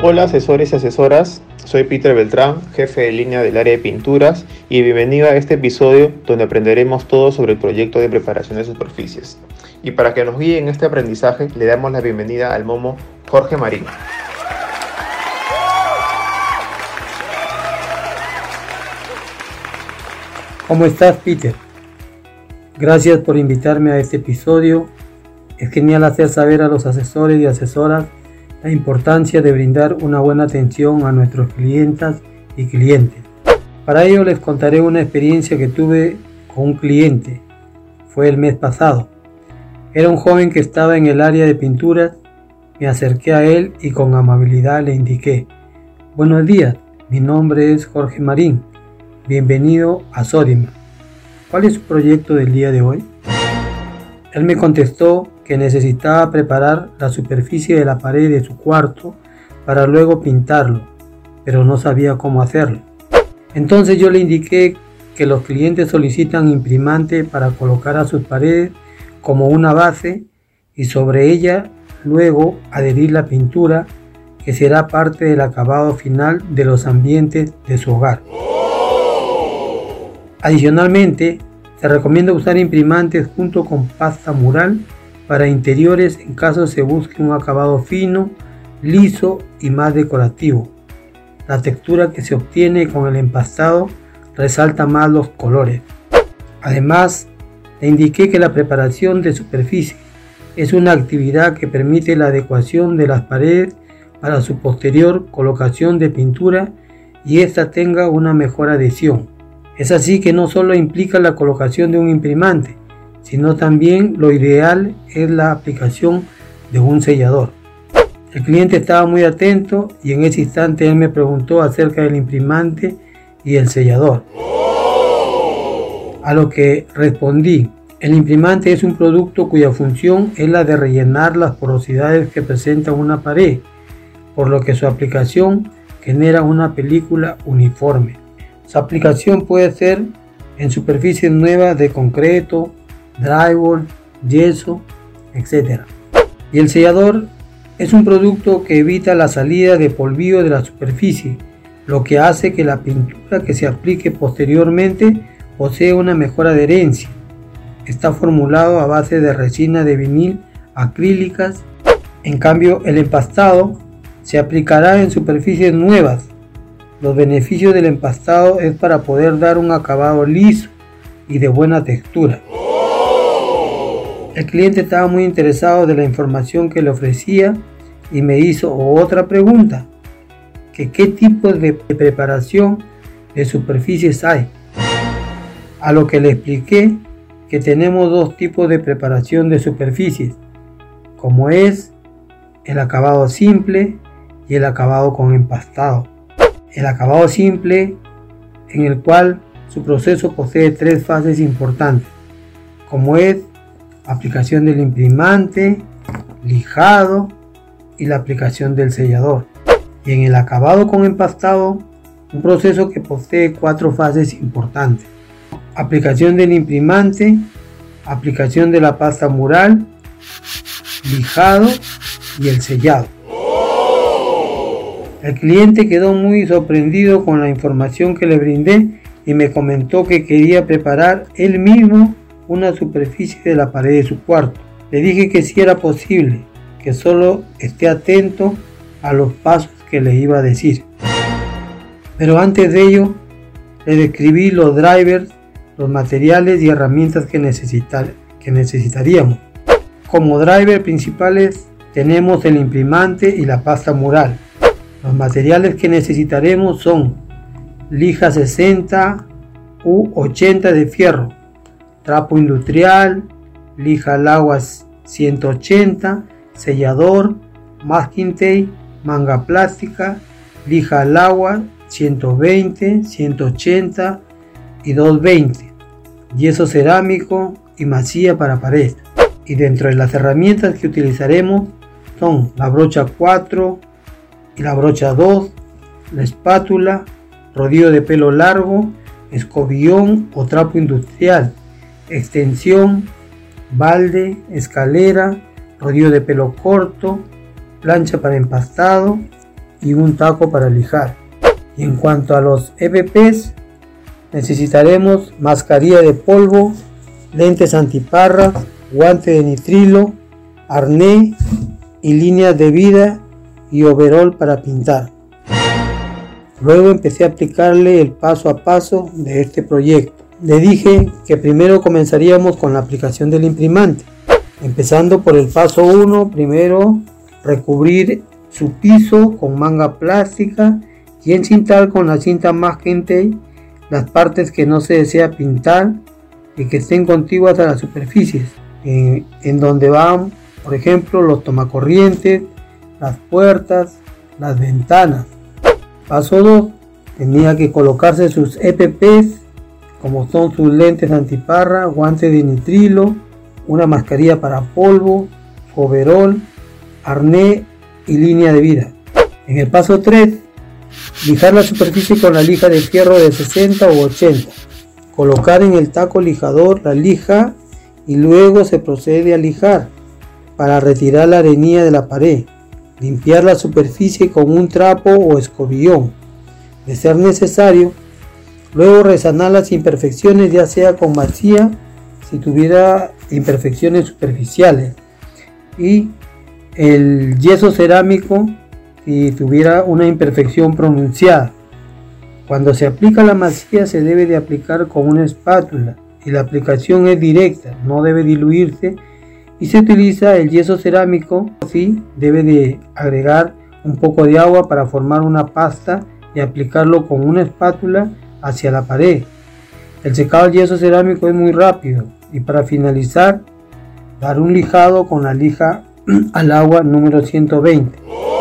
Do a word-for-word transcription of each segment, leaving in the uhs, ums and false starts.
Hola asesores y asesoras, soy Peter Beltrán, jefe de línea del área de pinturas y bienvenido a este episodio donde aprenderemos todo sobre el proyecto de preparación de superficies. Y para que nos guíe en este aprendizaje le damos la bienvenida al momo Jorge Marín. ¿Cómo estás, Peter? Gracias por invitarme a este episodio. Es genial hacer saber a los asesores y asesoras la importancia de brindar una buena atención a nuestros clientas y clientes. Para ello les contaré una experiencia que tuve con un cliente. Fue el mes pasado. Era un joven que estaba en el área de pinturas. Me acerqué a él y con amabilidad le indiqué: buenos días, mi nombre es Jorge Marín. Bienvenido a Sodimac. ¿Cuál es su proyecto del día de hoy? Él me contestó que necesitaba preparar la superficie de la pared de su cuarto para luego pintarlo, pero no sabía cómo hacerlo. Entonces yo le indiqué que los clientes solicitan imprimante para colocar a sus paredes como una base y sobre ella luego adherir la pintura que será parte del acabado final de los ambientes de su hogar. Adicionalmente, se recomienda usar imprimantes junto con pasta mural para interiores en caso se busque un acabado fino, liso y más decorativo. La textura que se obtiene con el empastado resalta más los colores. Además, le indiqué que la preparación de superficie es una actividad que permite la adecuación de las paredes para su posterior colocación de pintura y ésta tenga una mejor adhesión. Es así que no solo implica la colocación de un imprimante, sino también lo ideal es la aplicación de un sellador. El cliente estaba muy atento y en ese instante él me preguntó acerca del imprimante y el sellador. A lo que respondí: el imprimante es un producto cuya función es la de rellenar las porosidades que presenta una pared, por lo que su aplicación genera una película uniforme. Su aplicación puede ser en superficies nuevas de concreto, drywall, yeso, etcétera. Y el sellador es un producto que evita la salida de polvillo de la superficie, lo que hace que la pintura que se aplique posteriormente posea una mejor adherencia. Está formulado a base de resina de vinil acrílicas. En cambio, el empastado se aplicará en superficies nuevas. Los beneficios del empastado es para poder dar un acabado liso y de buena textura. El cliente estaba muy interesado de la información que le ofrecía y me hizo otra pregunta: que qué tipo de preparación de superficies hay. A lo que le expliqué que tenemos dos tipos de preparación de superficies, como es el acabado simple y el acabado con empastado. El acabado simple, en el cual su proceso posee tres fases importantes, como es aplicación del imprimante, lijado y la aplicación del sellador. Y en el acabado con empastado, un proceso que posee cuatro fases importantes: aplicación del imprimante, aplicación de la pasta mural, lijado y el sellado. El cliente quedó muy sorprendido con la información que le brindé y me comentó que quería preparar él mismo una superficie de la pared de su cuarto. Le dije que sí era posible, que solo esté atento a los pasos que le iba a decir. Pero antes de ello, le describí los drivers, los materiales y herramientas que, necesitar, que necesitaríamos. Como driver principales tenemos el imprimante y la pasta mural. Los materiales que necesitaremos son lija sesenta u ochenta de fierro, trapo industrial, lija al agua ciento ochenta, sellador, masking tape, manga plástica, lija al agua ciento veinte, ciento ochenta y doscientos veinte, yeso cerámico y masilla para pared. Y dentro de las herramientas que utilizaremos son la brocha cuatro y la brocha dos, la espátula, rodillo de pelo largo, escobillón o trapo industrial, extensión, balde, escalera, rodillo de pelo corto, plancha para empastado y un taco para lijar. Y en cuanto a los E P Pes, necesitaremos mascarilla de polvo, lentes antiparras, guante de nitrilo, arnés y líneas de vida y overol para pintar. Luego empecé a aplicarle el paso a paso de este proyecto. Le dije que primero comenzaríamos con la aplicación del imprimante, empezando por el paso uno. Primero, recubrir su piso con manga plástica y encintar con la cinta masking tape las partes que no se desea pintar y que estén contiguas a las superficies, en, en donde van, por ejemplo, los tomacorrientes, las puertas, las ventanas. Paso dos. Tenía que colocarse sus E P Pes, como son sus lentes antiparra, guantes de nitrilo, una mascarilla para polvo, overol, arnés y línea de vida. En el paso tres, lijar la superficie con la lija de fierro de sesenta u ochenta. Colocar en el taco lijador la lija y luego se procede a lijar para retirar la arenilla de la pared. Limpiar la superficie con un trapo o escobillón, de ser necesario. Luego resanar las imperfecciones, ya sea con masía si tuviera imperfecciones superficiales, y el yeso cerámico si tuviera una imperfección pronunciada. Cuando se aplica la masía se debe de aplicar con una espátula y la aplicación es directa, no debe diluirse, y se utiliza el yeso cerámico. Sí, debe de agregar un poco de agua para formar una pasta y aplicarlo con una espátula hacia la pared. El secado del yeso cerámico es muy rápido, y para finalizar, dar un lijado con la lija al agua número ciento veinte.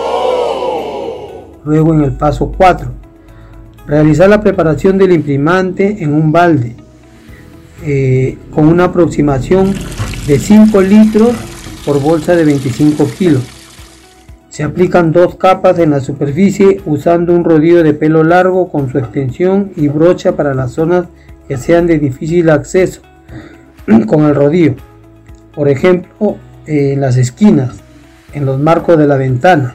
Luego, en el paso cuatro, realizar la preparación del imprimante en un balde eh, con una aproximación de cinco litros por bolsa de veinticinco kilos. Se aplican dos capas en la superficie usando un rodillo de pelo largo con su extensión y brocha para las zonas que sean de difícil acceso con el rodillo. Por ejemplo, eh, en las esquinas, en los marcos de la ventana.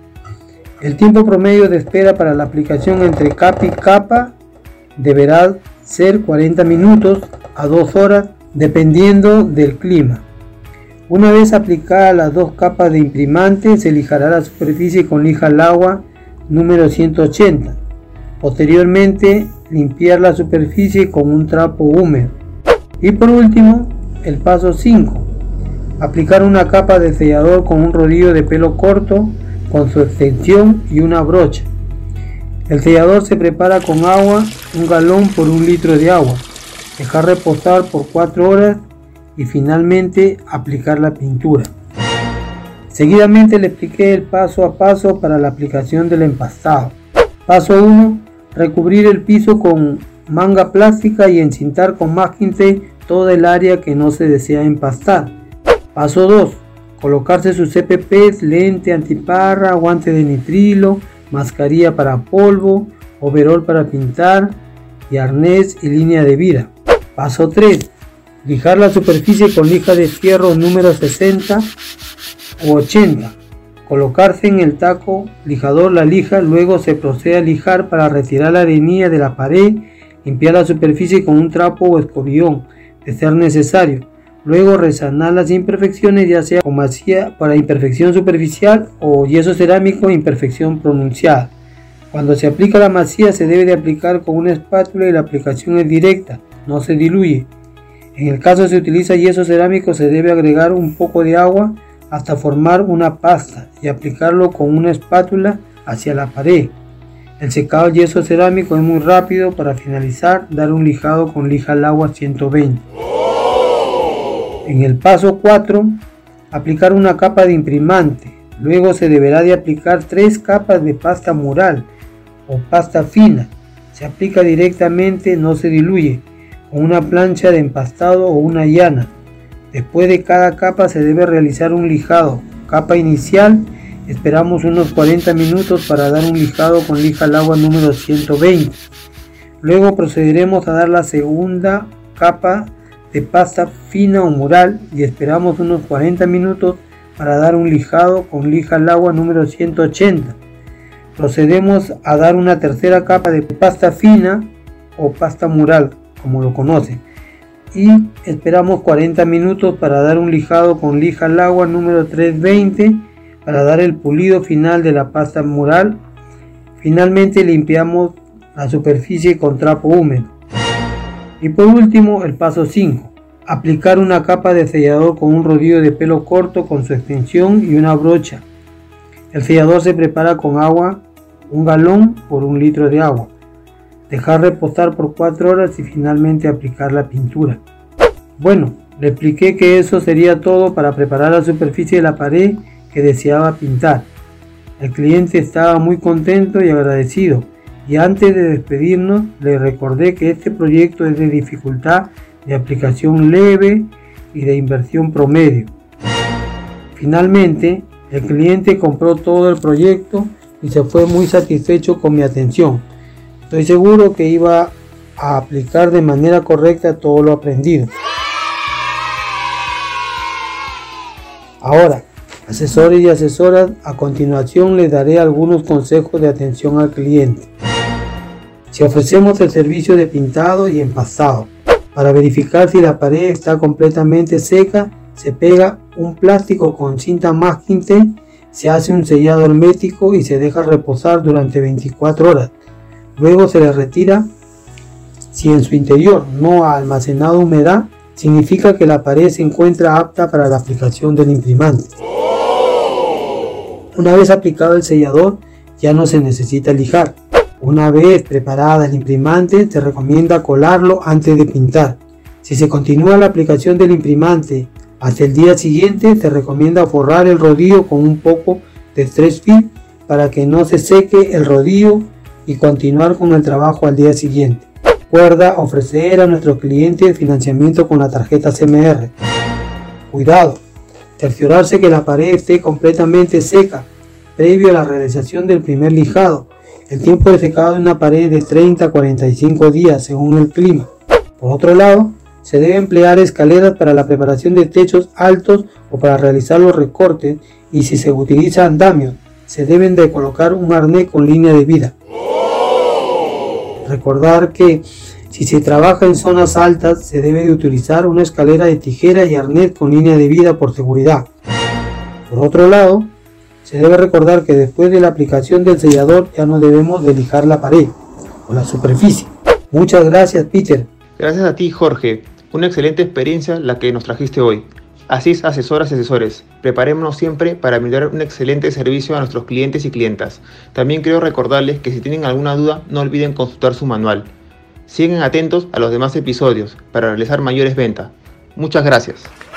El tiempo promedio de espera para la aplicación entre capa y capa deberá ser cuarenta minutos a dos horas, dependiendo del clima. Una vez aplicadas las dos capas de imprimante, se lijará la superficie con lija al agua número ciento ochenta. Posteriormente, limpiar la superficie con un trapo húmedo. Y por último, el paso cinco. Aplicar una capa de sellador con un rodillo de pelo corto con su extensión y una brocha. El sellador se prepara con agua, un galón por un litro de agua. Dejar reposar por cuatro horas y finalmente aplicar la pintura. Seguidamente le expliqué el paso a paso para la aplicación del empastado. Paso uno. Recubrir el piso con manga plástica y encintar con masking tape toda el área que no se desea empastar. Paso dos. Colocarse sus E P Pes, lente antiparra, guante de nitrilo, mascarilla para polvo, overol para pintar y arnés y línea de vida. Paso tres. Lijar la superficie con lija de fierro número sesenta u ochenta. Colocarse en el taco lijador la lija, luego se procede a lijar para retirar la arenilla de la pared, limpiar la superficie con un trapo o escobillón, de ser necesario. Luego resanar las imperfecciones, ya sea con masía para imperfección superficial o yeso cerámico imperfección pronunciada. Cuando se aplica la masía se debe de aplicar con una espátula y la aplicación es directa, no se diluye. En el caso se utiliza yeso cerámico se debe agregar un poco de agua hasta formar una pasta y aplicarlo con una espátula hacia la pared. El secado del yeso cerámico es muy rápido. Para finalizar, dar un lijado con lija al agua ciento veinte. En el paso cuatro, aplicar una capa de imprimante. Luego se deberá de aplicar tres capas de pasta mural o pasta fina. Se aplica directamente, no se diluye, con una plancha de empastado o una llana. Después de cada capa se debe realizar un lijado. Capa inicial, esperamos unos cuarenta minutos para dar un lijado con lija al agua número ciento veinte. Luego procederemos a dar la segunda capa de pasta fina o mural y esperamos unos cuarenta minutos para dar un lijado con lija al agua número ciento ochenta. procedemos a dar una tercera capa de pasta fina o pasta mural, como lo conocen, y esperamos cuarenta minutos para dar un lijado con lija al agua número trescientos veinte para dar el pulido final de la pasta mural. Finalmente limpiamos la superficie con trapo húmedo. Y por último, el paso cinco. Aplicar una capa de sellador con un rodillo de pelo corto con su extensión y una brocha. El sellador se prepara con agua, un galón por un litro de agua. Dejar reposar por cuatro horas y finalmente aplicar la pintura. Bueno, le expliqué que eso sería todo para preparar la superficie de la pared que deseaba pintar. El cliente estaba muy contento y agradecido, y antes de despedirnos le recordé que este proyecto es de dificultad de aplicación leve y de inversión promedio. Finalmente, el cliente compró todo el proyecto y se fue muy satisfecho con mi atención. Estoy seguro que iba a aplicar de manera correcta todo lo aprendido. Ahora, asesores y asesoras, a continuación les daré algunos consejos de atención al cliente. Si ofrecemos el servicio de pintado y empastado, para verificar si la pared está completamente seca, se pega un plástico con cinta masking tape, se hace un sellado hermético y se deja reposar durante veinticuatro horas. Luego se le retira. Si en su interior no ha almacenado humedad, significa que la pared se encuentra apta para la aplicación del imprimante. Una vez aplicado el sellador, ya no se necesita lijar. Una vez preparada el imprimante, se recomienda colarlo antes de pintar. Si se continúa la aplicación del imprimante hasta el día siguiente, se recomienda forrar el rodillo con un poco de stretch film para que no se seque el rodillo y continuar con el trabajo al día siguiente. Recuerda ofrecer a nuestros clientes financiamiento con la tarjeta C M R. Cuidado, cerciorarse que la pared esté completamente seca previo a la realización del primer lijado. El tiempo de secado de una pared es de treinta a cuarenta y cinco días según el clima. Por otro lado, se debe emplear escaleras para la preparación de techos altos o para realizar los recortes, y si se utiliza andamios, se deben de colocar un arnés con línea de vida. Recordar que si se trabaja en zonas altas, se debe de utilizar una escalera de tijera y arnés con línea de vida por seguridad. Por otro lado, se debe recordar que después de la aplicación del sellador ya no debemos de lijar la pared o la superficie. Muchas gracias, Peter. Gracias a ti, Jorge. Una excelente experiencia la que nos trajiste hoy. Así es, asesoras y asesores, preparémonos siempre para brindar un excelente servicio a nuestros clientes y clientas. También quiero recordarles que si tienen alguna duda, no olviden consultar su manual. Sigan atentos a los demás episodios para realizar mayores ventas. Muchas gracias.